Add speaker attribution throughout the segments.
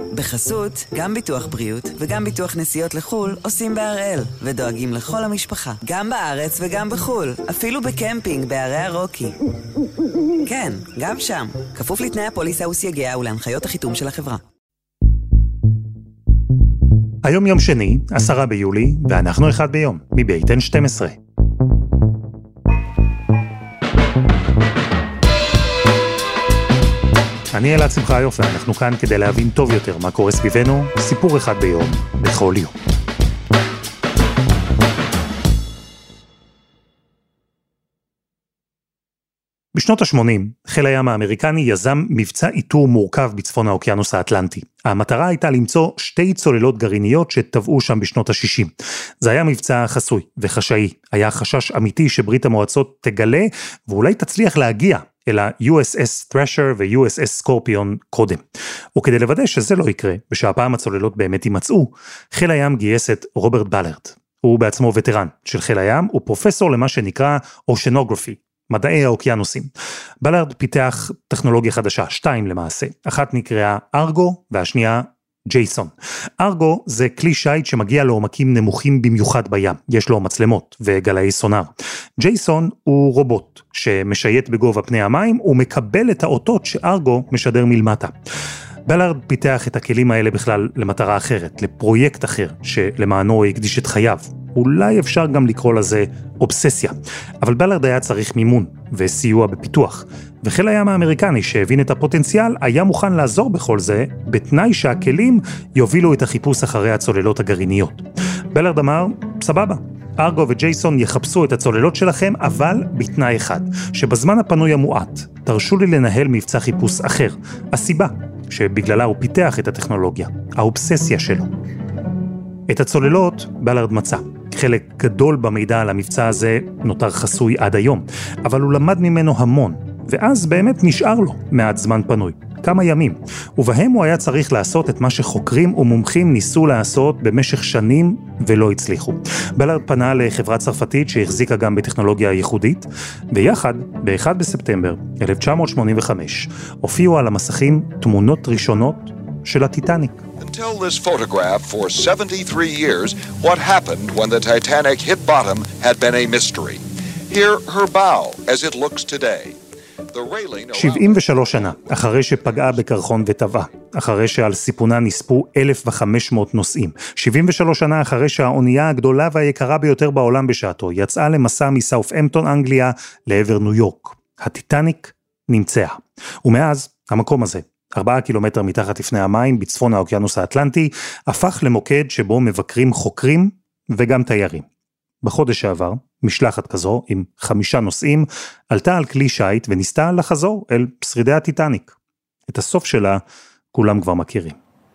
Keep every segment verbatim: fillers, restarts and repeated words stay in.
Speaker 1: בחסות, גם ביטוח בריאות וגם ביטוח נסיעות לחול עושים בהראל, ודואגים לכל המשפחה, גם בארץ וגם בחול, אפילו בקמפינג בערי הרוקי. כן, גם שם, כפוף לתנאי הפוליסה וסייגיה ולהנחיות החיתום של החברה.
Speaker 2: היום יום שני, עשרה ביולי, ואנחנו אחד ביום, מבית אן שתים עשרה. אני אלעד שמחיוף, ואנחנו כאן כדי להבין טוב יותר מה קורה סביבנו, סיפור אחד ביום, בכל יום. בשנות ה-שמונים, חיל הים האמריקני יזם מבצע איתור מורכב בצפון האוקיינוס האטלנטי. המטרה הייתה למצוא שתי צוללות גרעיניות שטבעו שם בשנות ה-שישים. זה היה מבצע חסוי וחשאי. היה חשש אמיתי שברית המועצות תגלה, ואולי תצליח להגיע אל ה-יו אס אס Thrasher ו-יו אס אס Scorpion קודם. וכדי לוודא שזה לא יקרה, ושהפעם הצוללות באמת יימצאו, חיל הים גייס את רוברט בלארד. הוא בעצמו וטרן של חיל הים, הוא פרופסור למה שנקרא Oceanography, מדעי האוקיינוסים. בלארד פיתח טכנולוגיה חדשה, שתיים למעשה. אחת נקראה ארגו, והשנייה ג'ייסון. ארגו זה כלי שייט שמגיע לעומקים נמוכים במיוחד בים. יש לו מצלמות וגלאי סונאר. ג'ייסון הוא רובוט שמשייט בגובה פני המים, ומקבל את האותות שארגו משדר מלמטה. בלארד פיתח את הכלים האלה בכלל למטרה אחרת, לפרויקט אחר, שלמענו הקדיש את חייו. אולי אפשר גם לקרוא לזה אובססיה. אבל בלארד היה צריך מימון וסיוע בפיתוח. וחיל הים האמריקני שהבין את הפוטנציאל היה מוכן לעזור בכל זה, בתנאי שהכלים יובילו את החיפוש אחרי הצוללות הגרעיניות. בלארד אמר, סבבה, ארגו וג'ייסון יחפשו את הצוללות שלכם, אבל בתנאי אחד, שבזמן הפנוי המועט, תרשו לי לנהל מבצע חיפוש אחר. הסיבה שבגללה הוא פיתח את הטכנולוגיה, האובססיה שלו. את הצוללות בלארד מצא. חלק גדול במידע על המבצע הזה נותר חסוי עד היום, אבל הוא למד ממנו המון, ואז באמת נשאר לו מעט זמן פנוי, כמה ימים, ובהם הוא היה צריך לעשות את מה שחוקרים ומומחים ניסו לעשות במשך שנים ולא הצליחו. בלארד פנה לחברה צרפתית שהחזיקה גם בטכנולוגיה ייחודית, ויחד, ב-אחד בספטמבר אלף תשע מאות שמונים וחמש, הופיעו על המסכים תמונות ראשונות של הטיטניק.
Speaker 3: Until this photograph for seventy-three years, what happened when the Titanic hit bottom had been a mystery. Here her bow as it looks today.
Speaker 2: שבעים ושלוש שנה, אחרי שפגעה בקרחון וטבעה, אחרי שעל סיפונה נספו אלף וחמש מאות נוסעים, שבעים ושלוש שנה אחרי שהאונייה הגדולה והיקרה ביותר בעולם בשעתו, יצאה למסע מסאות'המפטון אנגליה לעבר ניו יורק. הטיטניק נמצאה. ומאז המקום הזה, ארבעה קילומטר מתחת לפני המים, בצפון האוקיינוס האטלנטי, הפך למוקד שבו מבקרים חוקרים וגם תיירים. בחודש שעבר, משלחת כזו עם חמישה נוסעים, עלתה על כלי שייט וניסתה לחזור אל שרידי הטיטניק. את הסוף שלה כולם כבר מכירים.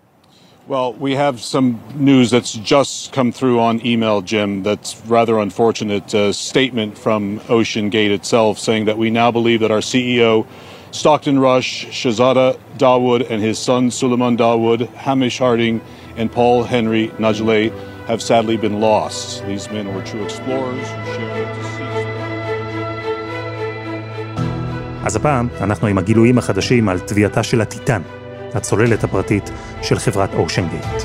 Speaker 4: Well, we have some news that's just come through on email, Jim, that's rather unfortunate. A statement from Ocean Gate itself saying that we now believe that our C E O, Stockton Rush, Shahzada Dawood, and his son Suleiman Dawood, Hamish Harding, and Paul Henry Najleh have sadly been lost. These men were true explorers who shared the sea.
Speaker 2: אז הפעם אנחנו עם הגילויים החדשים על טביעתה של הטיטן, הצוללת הפרטית של חברת אושן גייט.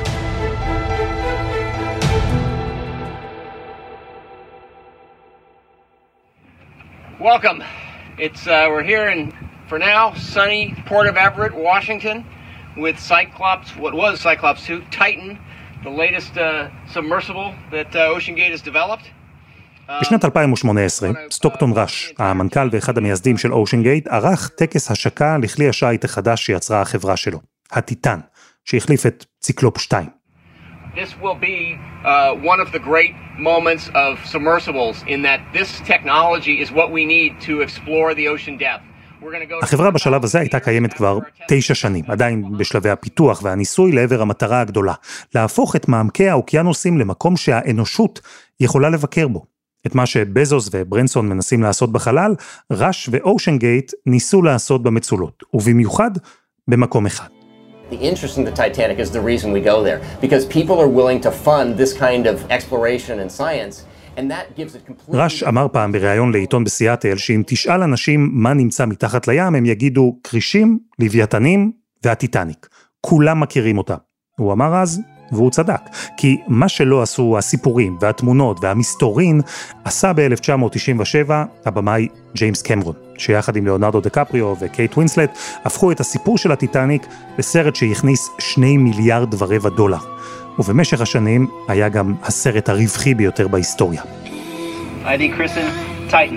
Speaker 5: Welcome. It's uh, we're here in, for now, sunny Port of Everett, Washington, with Cyclops, what was Cyclops two, Titan, the latest uh, submersible that uh, Ocean Gate has developed.
Speaker 2: בשנת אלפיים ושמונה עשרה, סטוקטון רש, המנכ"ל ואחד המייסדים של אושן גייט, ערך טקס השקה לכלי השייט החדש שיצרה החברה שלו, הטיטן, שהחליף את ציקלופ שתיים.
Speaker 5: This will be uh, one of the great moments of submersibles in that this technology is what we need to explore the ocean depth.
Speaker 2: החברה בשלב הזה הייתה קיימת כבר תשע שנים, עדיין בשלבי הפיתוח והניסוי לעבר המטרה הגדולה, להפוך את מעמקי האוקיינוסים למקום שהאנושות יכולה לבקר בו. את מה שבזוס וברנסון מנסים לעשות בחלל, רש ואושן גייט ניסו לעשות במצולות, ובמיוחד במקום אחד.
Speaker 6: The interest in the Titanic is the reason we go there, because people are willing to fund this kind of exploration and science, and that gives it completely...
Speaker 2: רש אמר פעם בריאיון לעיתון בסיאטל, שאם תשאל אנשים מה נמצא מתחת לים, הם יגידו קרישים, לוויתנים והטיטניק. כולם מכירים אותה. הוא אמר אז, והוא צדק, כי מה שלא עשו הסיפורים והתמונות והמסתורין, עשה ב-אלף תשע מאות תשעים ושבע הבמאי ג'יימס קמרון, שיחד עם ליאונרדו דקפריו וקייט ווינסלט, הפכו את הסיפור של הטיטניק לסרט שהכניס שני מיליארד ורבע דולר. ובמשך השנים היה גם הסרט הרווחי ביותר בהיסטוריה.
Speaker 5: I dechristen Titan.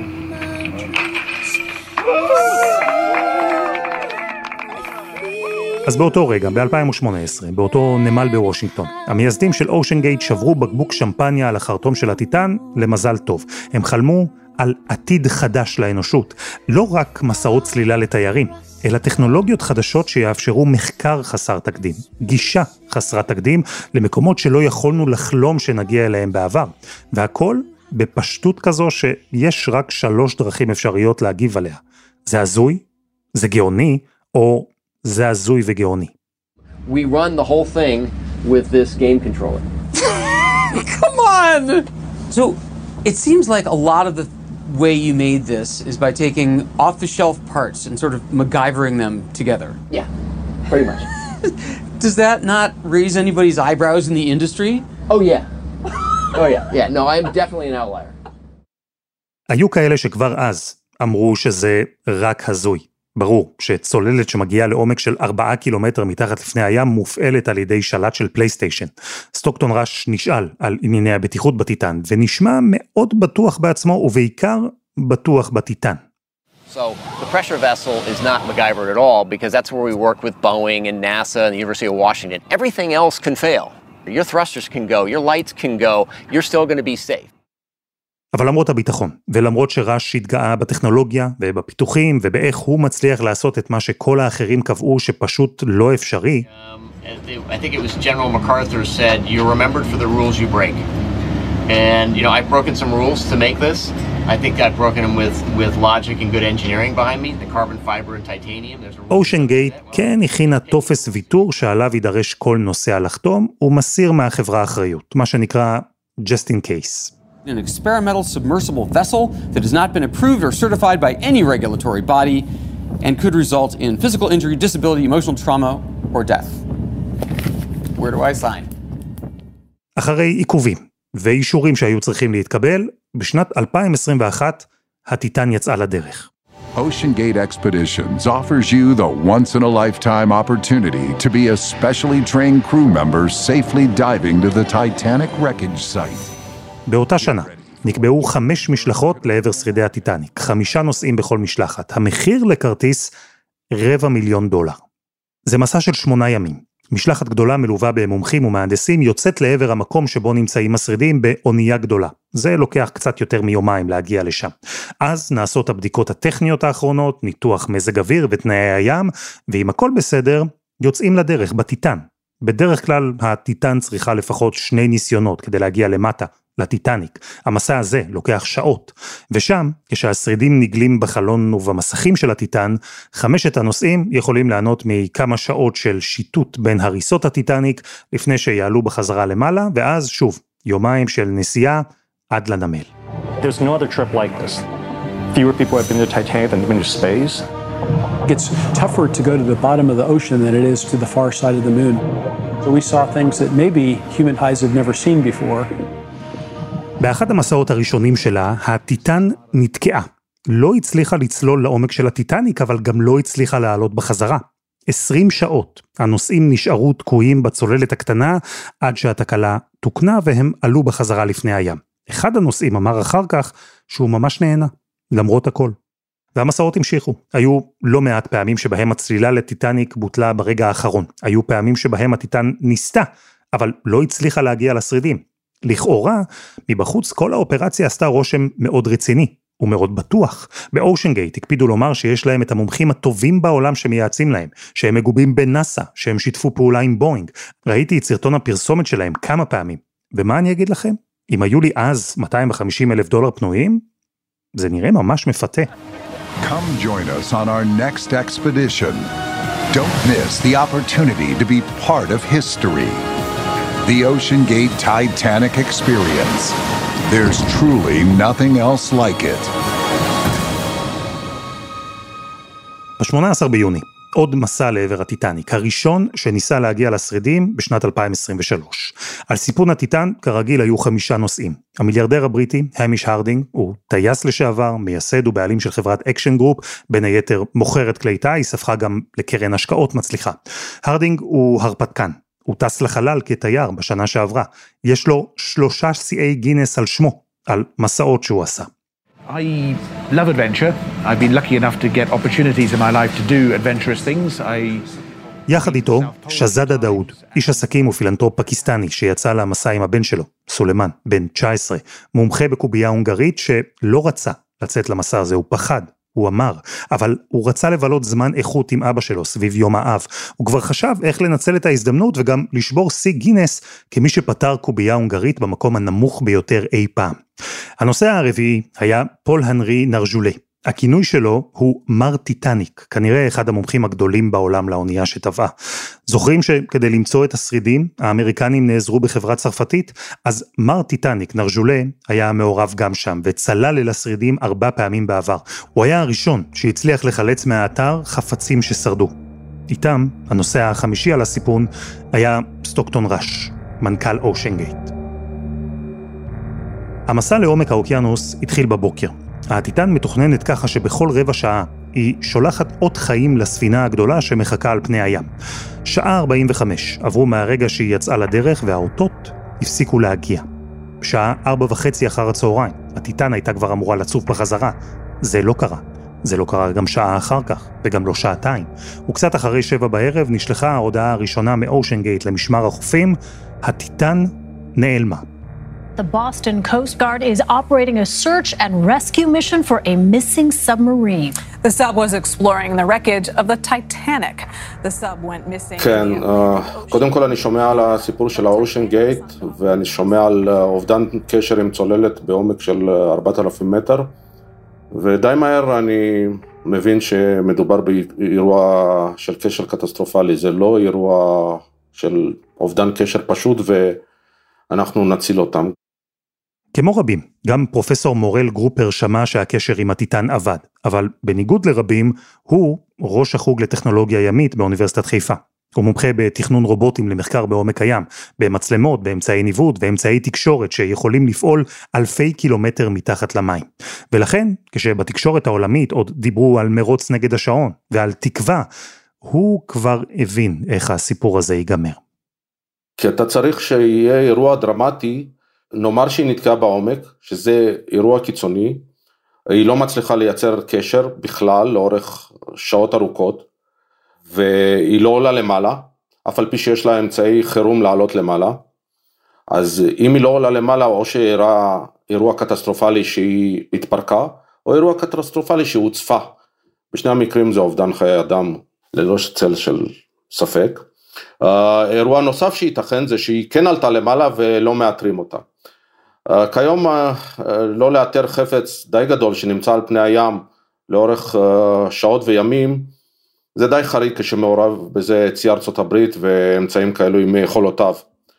Speaker 2: אז באותו רגע, ב-אלפיים ושמונה עשרה, באותו נמל בוושינגטון, המייסדים של אושן גייט שברו בקבוק שמפניה על החרטום של הטיטן למזל טוב. הם חלמו על עתיד חדש לאנושות, לא רק מסעות צלילה לתיירים, אלא טכנולוגיות חדשות שיאפשרו מחקר חסר תקדים, גישה חסרת תקדים למקומות שלא יכולנו לחלום שנגיע אליהם בעבר. והכל בפשטות כזו שיש רק שלוש דרכים אפשריות להגיב עליה. זה הזוי, זה גאוני, או זה הזוי וגאוני.
Speaker 6: We run the whole thing with this game controller.
Speaker 7: Come on! So, it seems like a lot of the way you made this is by taking off-the-shelf parts and sort of MacGyvering them together.
Speaker 6: Yeah, pretty much.
Speaker 7: Does that not raise anybody's eyebrows in the industry?
Speaker 6: Oh yeah. Oh yeah. Yeah, no, I'm definitely an outlier.
Speaker 2: היו כאלה שכבר אז אמרו שזה רק הזוי. ברור שצוללת שמגיעה לעומק של ארבעה קילומטר מתחת לפני הים מופעלת על ידי שלט של פלייסטיישן. סטוקטון ראש נשאל על ענייני הבטיחות בטיטן, ונשמע מאוד בטוח בעצמו, ובעיקר בטוח בטיטן.
Speaker 6: So, the pressure vessel is not MacGyvered at all, because that's where we work with Boeing and NASA and the University of Washington. Everything else can fail. Your thrusters can go, your lights can go, you're still going to be safe.
Speaker 2: אבל למרות הביטחון, ולמרות שראש התגאה בטכנולוגיה ובפיתוחים, ובאיך הוא מצליח לעשות את מה שכל האחרים קבעו שפשוט לא אפשרי,
Speaker 6: I think it was General MacArthur said, you're remembered for the rules you break. And, you know, I've broken some rules to make this. I think I've broken them with, with logic and good engineering behind me, the carbon fiber and titanium.
Speaker 2: אושן גייט כן הכינה טופס ויתור שעליו יידרש כל נוסע לחתום, ומסיר מהחברה האחריות, מה שנקרא just in case.
Speaker 7: An experimental submersible vessel that has not been approved or certified by any regulatory body and could result in physical injury, disability, emotional trauma, or death. Where do I sign?
Speaker 2: אחרי עיכובים ואישורים שהיו צריכים להתקבל, בשנת אלפיים עשרים ואחת הטיטן יצאה לדרך.
Speaker 8: Ocean Gate Expeditions offers you the once-in-a-lifetime opportunity to be a specially trained crew member safely diving to the Titanic wreckage site.
Speaker 2: באותה שנה נקבעו חמש משלחות לעבר שרידי הטיטניק, חמישה נוסעים בכל משלחת. המחיר לכרטיס רבע מיליון דולר. זה מסע של שמונה ימים. משלחת גדולה מלווה במומחים ומהנדסים יוצאת לעבר המקום שבו נמצאים השרידים באונייה גדולה. זה לוקח קצת יותר מיומיים להגיע לשם. אז נעשות הבדיקות הטכניות האחרונות, ניתוח מזג אוויר ותנאי הים, ואם הכל בסדר, יוצאים לדרך בטיטן. בדרך כלל הטיטן צריכה לפחות שני ניסיונות כדי להגיע למטה, לטיטניק. המסע הזה לוקח שעות, ושם, כשהשרידים נגלים בחלון ובמסכים של הטיטן, חמשת הנוסעים יכולים לענות מכמה שעות של שיטוט בין הריסות הטיטניק, לפני שיעלו בחזרה למעלה, ואז שוב, יומיים של נסיעה עד לנמל.
Speaker 9: There's no other trip like this. Fewer people have been to Titanic than have been to space.
Speaker 10: It's tougher to go to the bottom of the ocean than it is to the far side of the moon. So we saw things that maybe human eyes have never seen before.
Speaker 2: באחד המסעות הראשונים שלה, הטיטן נתקעה. לא הצליחה לצלול לעומק של הטיטניק, אבל גם לא הצליחה לעלות בחזרה. עשרים שעות. הנוסעים נשארו תקועים בצוללת הקטנה, עד שהתקלה תוקנה והם עלו בחזרה לפני הים. אחד הנוסעים אמר אחר כך שהוא ממש נהנה, למרות הכל. והמסעות המשיכו. היו לא מעט פעמים שבהם הצלילה לטיטניק בוטלה ברגע האחרון. היו פעמים שבהם הטיטן ניסתה, אבל לא הצליחה להגיע לשרידים. לכאורה, מבחוץ כל האופרציה עשתה רושם מאוד רציני ומאוד בטוח. באושן גייט הקפידו לומר שיש להם את המומחים הטובים בעולם שמייעצים להם, שהם מגובים בנאסא, שהם שיתפו פעולה עם בואינג. ראיתי את סרטון הפרסומת שלהם כמה פעמים. ומה אני אגיד לכם? אם היו לי אז מאתיים וחמישים אלף דולר פנויים, זה נראה ממש מפתה.
Speaker 8: Come join us on our next expedition. Don't miss the opportunity to be part of history. The Ocean Gate Titanic Experience. There's truly nothing else like it.
Speaker 2: ב-שמונה עשר ביוני, עוד מסע לעבר הטיטניק, הראשון שניסה להגיע לשרידים בשנת אלפיים עשרים ושלוש. על סיפון הטיטן, כרגיל, היו חמישה נוסעים. המיליארדר הבריטי, המיש הרדינג, הוא טייס לשעבר, מייסד ובעלים של חברת אקשן גרופ, בין היתר מוכרת כלי טיס, הפכה גם לקרן השקעות מצליחה. הרדינג הוא הרפתקן. הוא טס לחלל כתייר בשנה שעברה. יש לו שלושה שיאי גינס על שמו, על מסעות שהוא עשה.
Speaker 11: I love adventure. I've been lucky enough to get opportunities in my life to do adventurous things. I...
Speaker 2: יחד איתו, שזדה דאוד, איש עסקים ופילנטרופ פקיסטני שיצא למסע עם הבן שלו, סולמן, בן תשע עשרה, מומחה בקובייה הונגרית שלא רצה לצאת למסע הזה, הוא פחד. הוא אמר, אבל הוא רצה לבלות זמן איכות עם אבא שלו סביב יום האב. הוא כבר חשב איך לנצל את ההזדמנות וגם לשבור שיא גינס כמי שפתר קובייה הונגרית במקום הנמוך ביותר אי פעם. הנושא הרביעי היה פול הנרי נרז'ולה. הכינוי שלו הוא מר טיטניק, כנראה אחד המומחים הגדולים בעולם לאונייה שטבעה. זוכרים שכדי למצוא את השרידים, האמריקנים נעזרו בחברה צרפתית, אז מר טיטניק נרז'ולה היה מעורב גם שם, וצלל אל השרידים ארבע פעמים בעבר. הוא היה הראשון שהצליח לחלץ מהאתר חפצים ששרדו. איתם, הנושא החמישי על הסיפון, היה סטוקטון ראש, מנכ"ל אושן גייט. המסע לעומק האוקיינוס התחיל בבוקר. הטיטן מתוכננת ככה שבכל רבע שעה היא שולחת עוד חיים לספינה הגדולה שמחכה על פני הים. שעה ארבעים וחמש עברו מהרגע שהיא יצאה לדרך והאותות הפסיקו להגיע. בשעה ארבע וחצי אחר הצהריים, הטיטן הייתה כבר אמורה לצוף בחזרה. זה לא קרה. זה לא קרה גם שעה אחר כך, וגם לא שעתיים. וקצת אחרי שבע בערב נשלחה ההודעה הראשונה מאושן גייט למשמר החופים, הטיטן נעלמה.
Speaker 12: The Boston Coast Guard is operating a search and rescue mission for a missing submarine.
Speaker 13: The sub was exploring the wreckage of the Titanic. The sub went missing.
Speaker 14: כן, קודם כל אני שומע על הסיפור של האושן גייט, ואני שומע על אובדן קשר עם צוללת בעומק של ארבעת אלפים מטר, ודי מהר אני מבין שמדובר באירוע של קשר קטסטרופלי, זה לא אירוע של אובדן קשר פשוט ואנחנו נציל אותם.
Speaker 2: כמו רבים, גם פרופסור מורל גרופר שמע שהקשר עם הטיטן עבד, אבל בניגוד לרבים, הוא ראש החוג לטכנולוגיה ימית באוניברסיטת חיפה. הוא מומחה בתכנון רובוטים למחקר בעומק הים, במצלמות, באמצעי ניווט ואמצעי תקשורת שיכולים לפעול אלפי קילומטר מתחת למים. ולכן, כשבתקשורת העולמית עוד דיברו על מרוץ נגד השעון ועל תקווה, הוא כבר הבין איך הסיפור הזה ייגמר.
Speaker 14: כי אתה צריך שיהיה אירוע דרמטי, נאמר שהיא נתקעה בעומק, שזה אירוע קיצוני, היא לא מצליחה לייצר קשר בכלל לאורך שעות ארוכות, והיא לא עולה למעלה, אף על פי שיש לה אמצעי חירום לעלות למעלה, אז אם היא לא עולה למעלה, או שאירע אירוע קטסטרופלי שהיא התפרקה, או אירוע קטסטרופלי שהוצפה. בשני המקרים זה אובדן חיי אדם, ללא צל של ספק. אירוע נוסף שייתכן זה שהיא כן עלתה למעלה ולא מאתרים אותה. כיום לא לאתר חפץ די גדול שנמצא על פני הים לאורך שעות וימים, זה די חריג כשמעורב בזה צי ארצות הברית ואמצעים כאלו עם יכולותיו.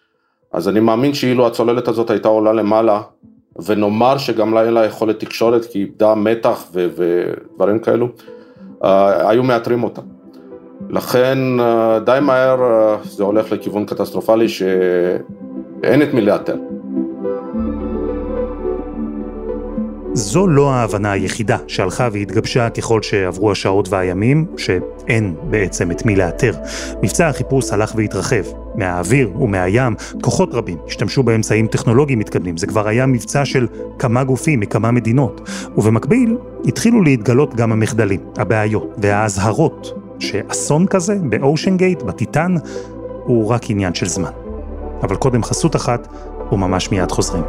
Speaker 14: אז אני מאמין שאילו הצוללת הזאת הייתה עולה למעלה, ונאמר שגם לה אין לה יכולת תקשורת כי היא איבדה מתח ודברים כאלו, היו מאתרים אותה. לכן די מהר זה הולך לכיוון קטסטרופלי שאין את מי לאתר.
Speaker 2: זו לא ההבנה היחידה שהלכה והתגבשה ככל שעברו השעות והימים, שאין בעצם את מי לאתר. מבצע החיפוש הלך והתרחב. מהאוויר ומהים, כוחות רבים השתמשו באמצעים טכנולוגיים מתקדמים. זה כבר היה מבצע של כמה גופים מכמה מדינות. ובמקביל התחילו להתגלות גם המחדלים, הבעיות וההזהרות, שאסון כזה באושן גייט, בטיטן, הוא רק עניין של זמן. אבל קודם חסות אחת, וממש מיד חוזרים.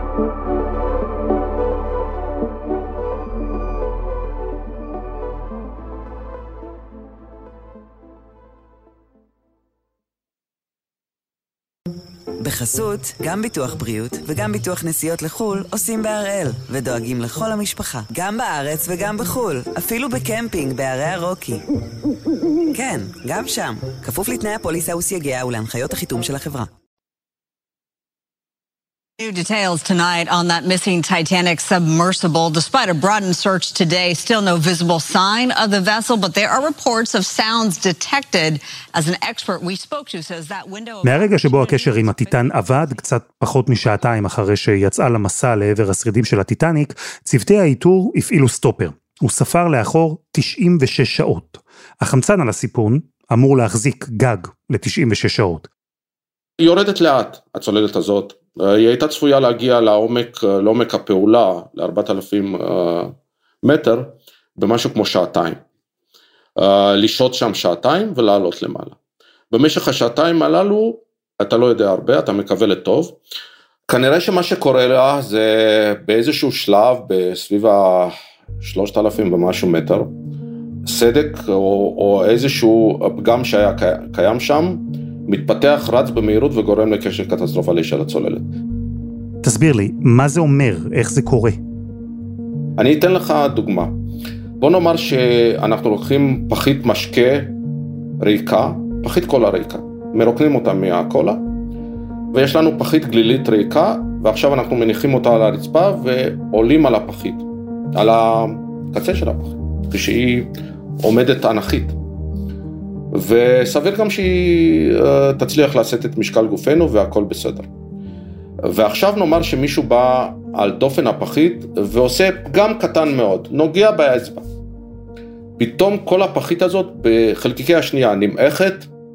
Speaker 1: בחסות, גם ביטוח בריאות וגם ביטוח נסיעות לחול עושים בהראל, ודואגים לכל המשפחה, גם בארץ וגם בחול, אפילו בקמפינג בערי הרוקי. כן, גם שם, כפוף לתנאי הפוליסה וסייגיה ולהנחיות החיתום של החברה.
Speaker 15: New details tonight on that missing Titanic submersible. Despite a broadened search today, still no visible sign of the vessel, but there are reports of sounds detected. As an expert we spoke to says that window...
Speaker 2: מהרגע שבו הקשר עם הטיטן עבד, קצת פחות משעתיים אחרי שיצאה למסע לעבר השרידים של הטיטניק, צוותי האיתור הפעילו סטופר. הוא ספר לאחור תשעים ושש שעות. החמצן על הסיפון אמור להחזיק גג ל-תשעים ושש שעות.
Speaker 14: היא יורדת לאט, הצוללת הזאת. היא הייתה צפויה להגיע לעומק, לעומק הפעולה, ל-ארבעת אלפים מטר, במשהו כמו שעתיים. לשהות שם שעתיים ולעלות למעלה. במשך השעתיים הללו, אתה לא יודע הרבה, אתה מקווה לטוב. כנראה שמה שקורה לה זה באיזשהו שלב, בסביב ה-שלושת אלפים ומשהו מטר, סדק או, או איזשהו פגם שהיה קיים שם, מתפתח, רץ במהירות וגורם לקשר קטסטרופלי של הצוללת.
Speaker 2: תסביר לי, מה זה אומר? איך זה קורה?
Speaker 14: אני אתן לך דוגמה. בוא נאמר שאנחנו לוקחים פחית משקה ריקה, פחית קולה ריקה, מרוקנים אותה מהקולה, ויש לנו פחית גלילית ריקה, ועכשיו אנחנו מניחים אותה על הרצפה ועולים על הפחית, על הקצה של הפחית, כשהיא עומדת אנכית. וסביר גם שהיא תצליח לעשות את משקל גופנו והכל בסדר. ועכשיו נאמר שמישהו בא על דופן הפחית ועושה פגם קטן מאוד, נוגע באצבע. פתאום כל הפחית הזאת בחלקיקי השנייה נמעכת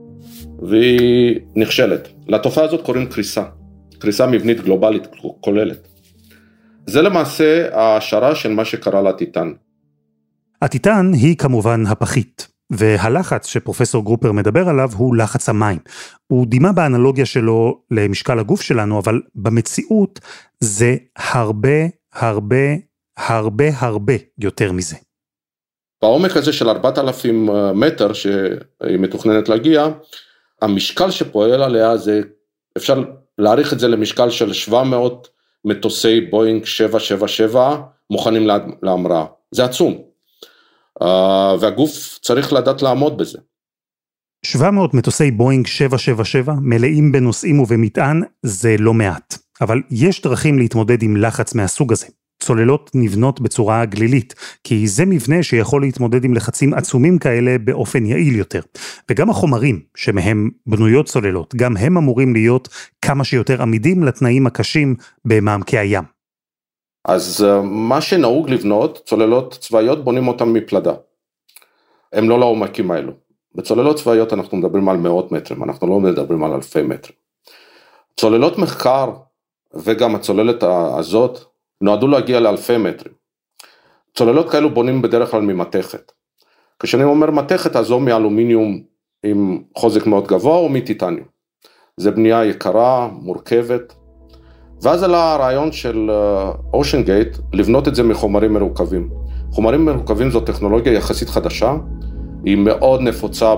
Speaker 14: והיא נכשלת. לתופעה הזאת קוראים קריסה, קריסה מבנית גלובלית כוללת. זה למעשה ההשערה של מה שקרה לטיטן.
Speaker 2: הטיטן היא כמובן הפחית. והלחץ שפרופסור גרופר מדבר עליו הוא לחץ המים. הוא דימה באנלוגיה שלו למשקל הגוף שלנו, אבל במציאות זה הרבה, הרבה, הרבה, הרבה יותר מזה.
Speaker 14: בעומק הזה של ארבעת אלפים מטר שהיא מתוכננת להגיע, המשקל שפועל עליה זה, אפשר להעריך את זה למשקל של שבע מאות מטוסי בוינג שבע שבע שבע מוכנים להמראה. זה עצום. Uh, והגוף צריך לדעת לעמוד בזה.
Speaker 2: שבע מאות מטוסי בוינג שבע שבע שבע מלאים בנוסעים ובמטען זה לא מעט, אבל יש דרכים להתמודד עם לחץ מהסוג הזה. צוללות נבנות בצורה גלילית, כי זה מבנה שיכול להתמודד עם לחצים עצומים כאלה באופן יעיל יותר. וגם החומרים שמהם בנויות צוללות, גם הם אמורים להיות כמה שיותר עמידים לתנאים הקשים במעמקי הים.
Speaker 14: אז מה שנהוג לבנות, צוללות צבאיות בונים אותם מפלדה. הם לא לעומקים האלו. בצוללות צבאיות אנחנו מדברים על מאות מטרים, אנחנו לא מדברים על אלפי מטרים. צוללות מחקר, וגם הצוללת הזאת, נועדו להגיע לאלפי מטרים. צוללות כאלו בונים בדרך כלל ממתכת. כשאני אומר מתכת, אז או מאלומיניום עם חוזק מאוד גבוה, או מטיטניום. זה בנייה יקרה, מורכבת, ואז עלה הרעיון של אושן גייט לבנות את זה מחומרים מרוכבים. חומרים מרוכבים זו טכנולוגיה יחסית חדשה, היא מאוד נפוצה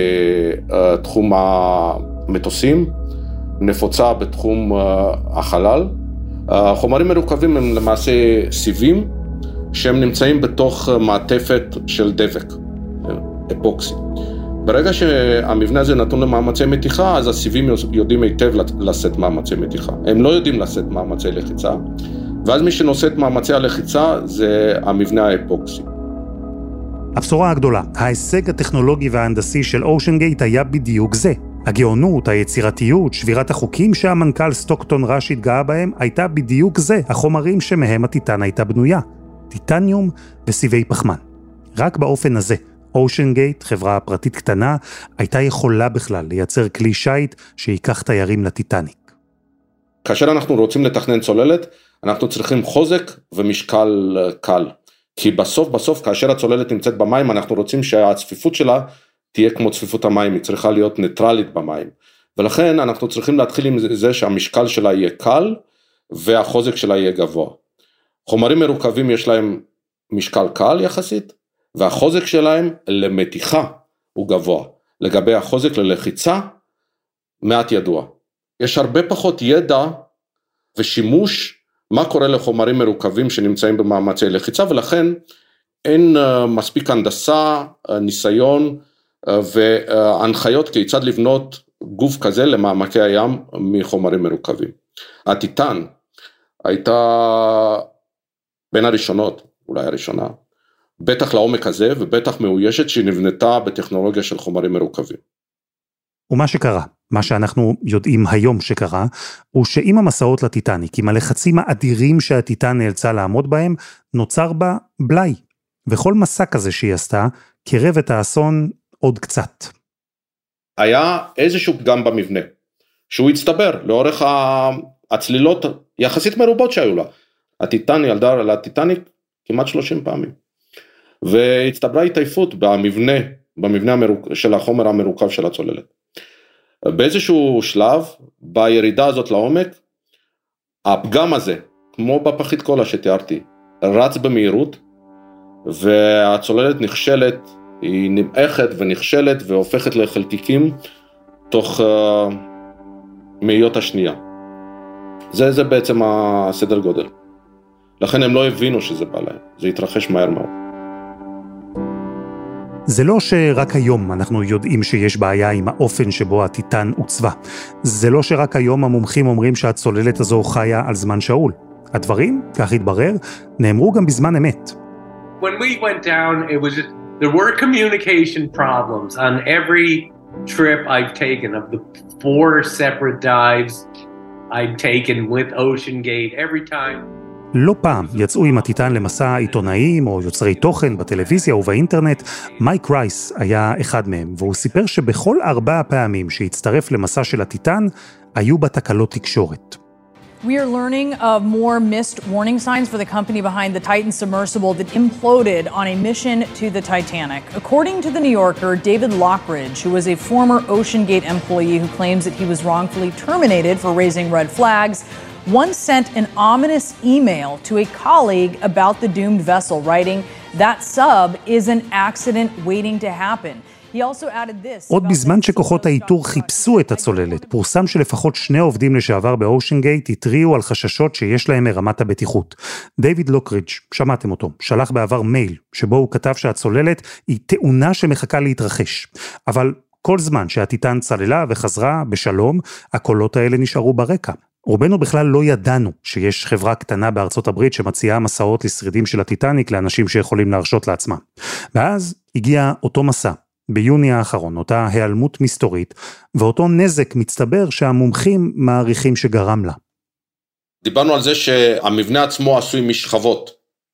Speaker 14: בתחום המטוסים, נפוצה בתחום החלל. חומרים מרוכבים הם למעשה סיבים, שהם נמצאים בתוך מעטפת של דבק, אפוקסי. ברגע שהמבנה הזה נתון למאמצי מתיחה, אז הסיבים יודעים היטב לשאת מאמצי מתיחה. הם לא יודעים לשאת מאמצי לחיצה, ואז מי שנושא את מאמצי הלחיצה זה המבנה האפוקסי.
Speaker 2: הבשורה הגדולה, ההישג הטכנולוגי וההנדסי של אושן גייט היה בדיוק זה. הגאונות, היצירתיות, שבירת החוקים שהמנכ"ל סטוקטון ראש התגאה בהם, הייתה בדיוק זה, החומרים שמהם הטיטן הייתה בנויה. טיטניום וסיבי פחמן. רק באופן הזה, אושן גייט, חברה פרטית קטנה, הייתה יכולה בכלל לייצר כלי שייט שיקח תיירים לטיטניק.
Speaker 14: כאשר אנחנו רוצים לתכנן צוללת, אנחנו צריכים חוזק ומשקל קל. כי בסוף בסוף כאשר הצוללת נמצאת במים, אנחנו רוצים שהצפיפות שלה תהיה כמו צפיפות המים, היא צריכה להיות ניטרלית במים. ולכן אנחנו צריכים להתחיל עם זה שהמשקל שלה יהיה קל, והחוזק שלה יהיה גבוה. חומרים מרוכבים יש להם משקל קל יחסית, והחוזק שלהם למתיחה הוא גבוה. לגבי החוזק ללחיצה, מעט ידוע. יש הרבה פחות ידע ושימוש מה קורה לחומרים מרוכבים שנמצאים במאמצי לחיצה, ולכן אין מספיק הנדסה, ניסיון והנחיות כיצד לבנות גוף כזה למעמקי הים מחומרים מרוכבים. הטיטן הייתה בין הראשונות, אולי הראשונה, בטח לעומק הזה, ובטח מאוישת שנבנתה בטכנולוגיה של חומרים מרוכבים.
Speaker 2: ומה שקרה, מה שאנחנו יודעים היום שקרה, הוא שעם המסעות לטיטניק, עם הלחצים האדירים שהטיטן נאלצה לעמוד בהם, נוצר בה בלי. וכל מסע כזה שהיא עשתה, קרב את האסון עוד קצת.
Speaker 14: היה איזשהו פגם במבנה, שהוא הצטבר לאורך הצלילות יחסית מרובות שהיו לה. הטיטן ילדה לטיטניק כמעט שלושים פעמים. והצטברה התעייפות במבנה, במבנה המרוק... של החומר המרוכב של הצוללת. באיזשהו שלב, בירידה הזאת לעומק, הפגם הזה, כמו בפחית קולה שתיארתי, רץ במהירות, והצוללת נכשלת, היא נמעכת ונכשלת והופכת לחלקיקים תוך uh, מאיות השנייה. זה, זה בעצם הסדר גודל. לכן הם לא הבינו שזה בא להם, זה התרחש מהר מאוד.
Speaker 2: זה לא שרק היום אנחנו יודעים שיש בעיה עם האופן שבו הטיטן עוצבה. זה לא שרק היום המומחים אומרים שהצוללת הזו חיה על זמן שאול. הדברים, כך התברר, נאמרו גם בזמן אמת.
Speaker 16: When we went down, it was just, there were communication problems on every trip I've taken of the four separate dives I've taken with Ocean Gate every time.
Speaker 2: לא פעם יצאו עם הטיטן למסע עיתונאים או יוצרי תוכן בטלוויזיה ובאינטרנט. מייק רייס היה אחד מהם, והוא סיפר שבכל ארבע הפעמים שהצטרף למסע של הטיטן, היו בה תקלות תקשורת.
Speaker 17: We are learning of more missed warning signs for the company behind the Titan submersible that imploded on a mission to the Titanic. According to the New Yorker, David Lockridge, who was a former Ocean Gate employee who claims that he was wrongfully terminated for raising red flags, once sent an ominous email to a colleague about the doomed vessel, writing, "That sub is an accident waiting to happen." He also added this.
Speaker 2: עוד בזמן שכוחות האיתור חיפשו את הצוללת, פורסם שלפחות שני עובדים לשעבר באושן גייט התריעו על חששות שיש להם מרמת הבטיחות. דיוויד לוקרידג', שמעתם אותו, שלח בעבר מייל, שבו הוא כתב שהצוללת היא תאונה שמחכה להתרחש. אבל כל זמן שהטיטן צללה וחזרה בשלום, הקולות האלה נשארו ברקע. רובנו בכלל לא ידענו שיש חברה קטנה בארצות הברית שמציעה מסעות לשרידים של הטיטניק לאנשים שיכולים להרשות לעצמם. ואז הגיע אותו מסע, ביוני האחרון, אותה העלמות מסתורית, ואותו נזק מצטבר שהמומחים מעריכים שגרם לה.
Speaker 14: דיברנו על זה שהמבנה עצמו עשוי משכבות.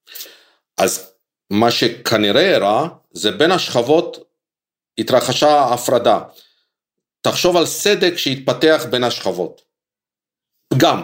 Speaker 14: אז מה שכנראה הראה, זה בין השכבות התרחשה הפרדה. תחשוב על סדק שהתפתח בין השכבות. פגם.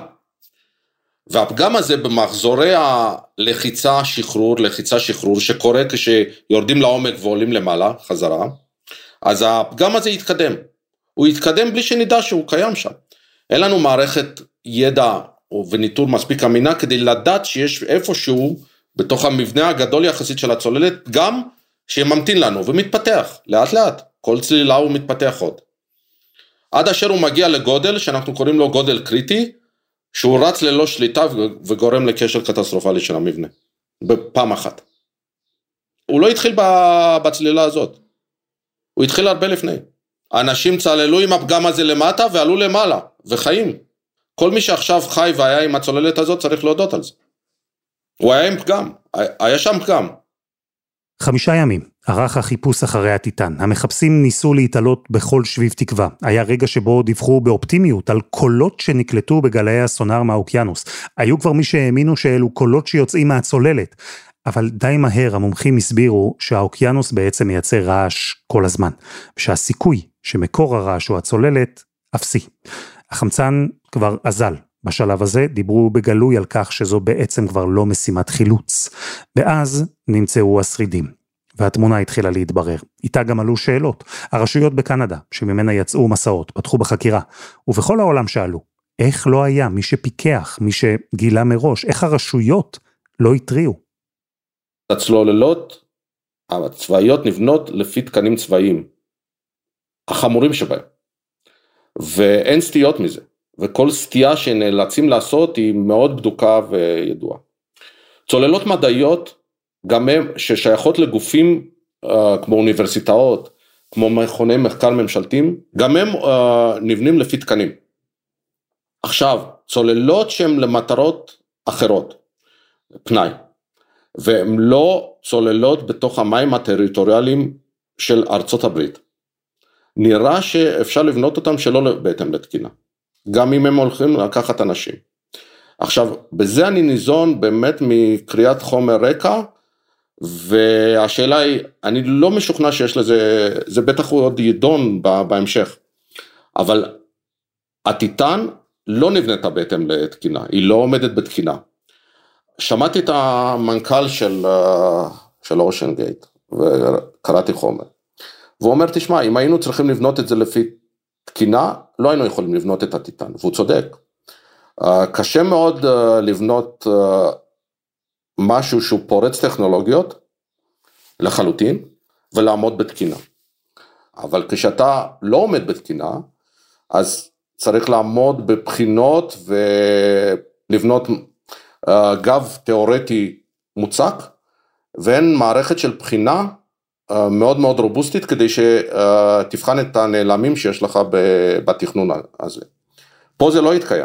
Speaker 14: והפגם הזה במחזורי הלחיצה שחרור, לחיצה שחרור, שקורה כשיורדים לעומק ועולים למעלה, חזרה, אז הפגם הזה יתקדם. הוא יתקדם בלי שנדע שהוא קיים שם. אין לנו מערכת ידע וניטור מספיק אמינה, כדי לדעת שיש איפשהו, בתוך המבנה הגדול יחסית של הצוללת, גם שממתין לנו ומתפתח, לאט לאט. כל צלילה הוא מתפתח עוד. עד אשר הוא מגיע לגודל, שאנחנו קוראים לו גודל קריטי, שהוא רץ ללא שליטה וגורם לקשר קטסטרופלי של המבנה, בפעם אחת. הוא לא התחיל בצלילה הזאת, הוא התחיל הרבה לפני. האנשים צללו עם הפגם הזה למטה ועלו למעלה, וחיים. כל מי שעכשיו חי והיה עם הצוללת הזאת צריך להודות על זה. הוא היה עם פגם, היה שם פגם.
Speaker 2: חמישה ימים, ערך החיפוש אחרי הטיטן. המחפשים ניסו להתעלות בכל שביב תקווה. היה רגע שבו דיווחו באופטימיות על קולות שנקלטו בגלי הסונאר מהאוקיינוס. היו כבר מי שהאמינו שאלו קולות שיוצאים מהצוללת. אבל די מהר המומחים הסבירו שהאוקיינוס בעצם מייצר רעש כל הזמן. ושהסיכוי שמקור הרעש הוא הצוללת אפסי. החמצן כבר אזל. בשלב הזה דיברו בגלוי על כך שזו בעצם כבר לא משימת חילוץ. ואז נמצאו השרידים. והתמונה התחילה להתברר. איתה גם עלו שאלות. הרשויות בקנדה, שממנה יצאו מסעות, פתחו בחקירה. ובכל העולם שאלו, איך לא היה מי שפיקח, מי שגילה מראש, איך הרשויות לא התריעו?
Speaker 14: הצוללות הצבאיות נבנות לפי תקנים צבאיים. החמורים שבהם. ואין סטיות מזה. וכל סטייה שנאלצים לעשות היא מאוד בדוקה וידועה. צוללות מדעיות, גם הם ששייכות לגופים uh, כמו אוניברסיטאות, כמו מכוני מחקר ממשלתיים, גם הם uh, נבנים לפי תקנים. עכשיו, צוללות שהן למטרות אחרות, פנאי, והן לא צוללות בתוך המים הטריטוריאליים של ארצות הברית. נראה שאפשר לבנות אותם שלא בהתאם לתקינה, גם אם הם הולכים לקחת אנשים. עכשיו, בזה אני ניזון באמת מקריאת חומר רקע, והשאלה היא, אני לא משוכנע שיש לזה, זה בטח הוא עוד ידון בהמשך, אבל הטיטן לא נבנתה בהתאם לתקינה, היא לא עומדת בתקינה. שמעתי את המנכ"ל של, של אושן גייט, וקראתי חומר, והוא אומר, תשמע, אם היינו צריכים לבנות את זה לפי תקינה, לא היינו יכולים לבנות את הטיטן, והוא צודק. קשה מאוד לבנות משהו שהוא פורץ טכנולוגיות, לחלוטין, ולעמוד בתקינה. אבל כשאתה לא עומד בתקינה, אז צריך לעמוד בבחינות, ולבנות גב תיאורטי מוצק, ואין מערכת של בחינה מאוד מאוד רובוסטית, כדי שתבחן את הנעלמים שיש לך בתכנון הזה. פה זה לא יתקיים.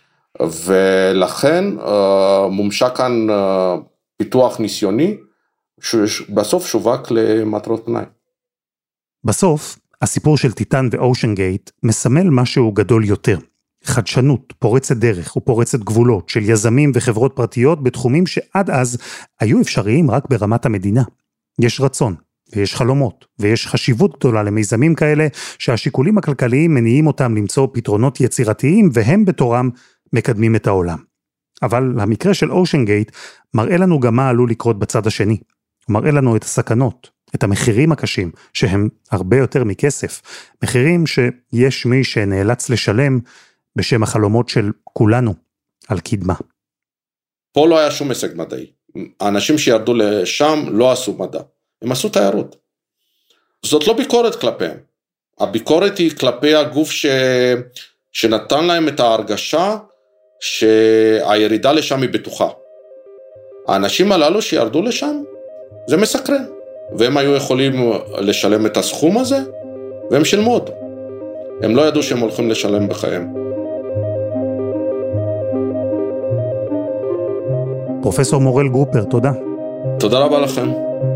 Speaker 14: ולכן מומשה כאן פיתוח ניסיוני, שבסוף שווק למטרות פנאי.
Speaker 2: בסוף, הסיפור של טיטן ואושן גייט מסמל משהו גדול יותר. חדשנות, פורצת דרך ופורצת גבולות של יזמים וחברות פרטיות בתחומים שעד אז היו אפשריים רק ברמת המדינה. יש רצון, ויש חלומות, ויש חשיבות גדולה למיזמים כאלה, שהשיקולים הכלכליים מניעים אותם למצוא פתרונות יצירתיים, והם בתורם מקדמים את העולם. אבל המקרה של אושן גייט מראה לנו גם מה עלול לקרות בצד השני. הוא מראה לנו את הסכנות, את המחירים הקשים, שהם הרבה יותר מכסף. מחירים שיש מי שנאלץ לשלם בשם החלומות של כולנו על קדמה.
Speaker 14: פה לא היה שום הישג מדעי. האנשים שירדו לשם לא עשו מדע. הם עשו תיירות. זאת לא ביקורת כלפיהם. הביקורת היא כלפי הגוף ש... שנתן להם את ההרגשה שהירידה לשם היא בטוחה. האנשים הללו שירדו לשם, זה מסקרן. והם היו יכולים לשלם את הסכום הזה, והם שילמו אותו. הם לא ידעו שהם הולכים לשלם בחיים.
Speaker 2: פרופסור מורל גרופר, תודה.
Speaker 14: תודה רבה לכם.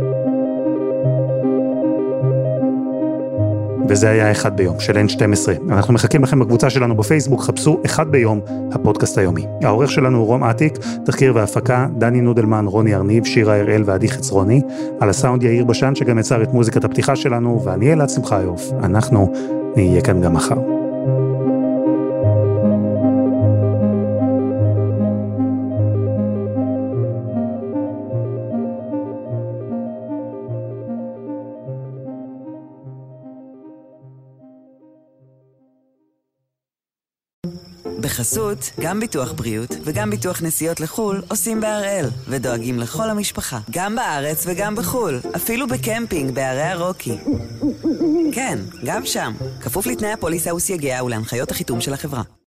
Speaker 2: וזה היה אחד ביום של אן שתים עשרה. אנחנו מחכים לכם בקבוצה שלנו בפייסבוק, חפשו אחד ביום, הפודקאסט היומי. העורך שלנו הוא רום עתיק, תחקיר והפקה, דני נודלמן, רוני ארניב, שירה הראל ועדי חצרוני, על הסאונד יאיר בשן שגם יצר את מוזיקת הפתיחה שלנו, ואני אלעד שמחיוף. אנחנו נהיה כאן גם מחר.
Speaker 1: בחסות, גם ביטוח בריאות וגם ביטוח נסיעות לחול עושים בהראל ודואגים לכל המשפחה, גם בארץ וגם בחול, אפילו בקמפינג בערי הרוקי. כן, גם שם, כפוף לתנאי הפוליסה וסייגיה ולהנחיות החיתום של החברה.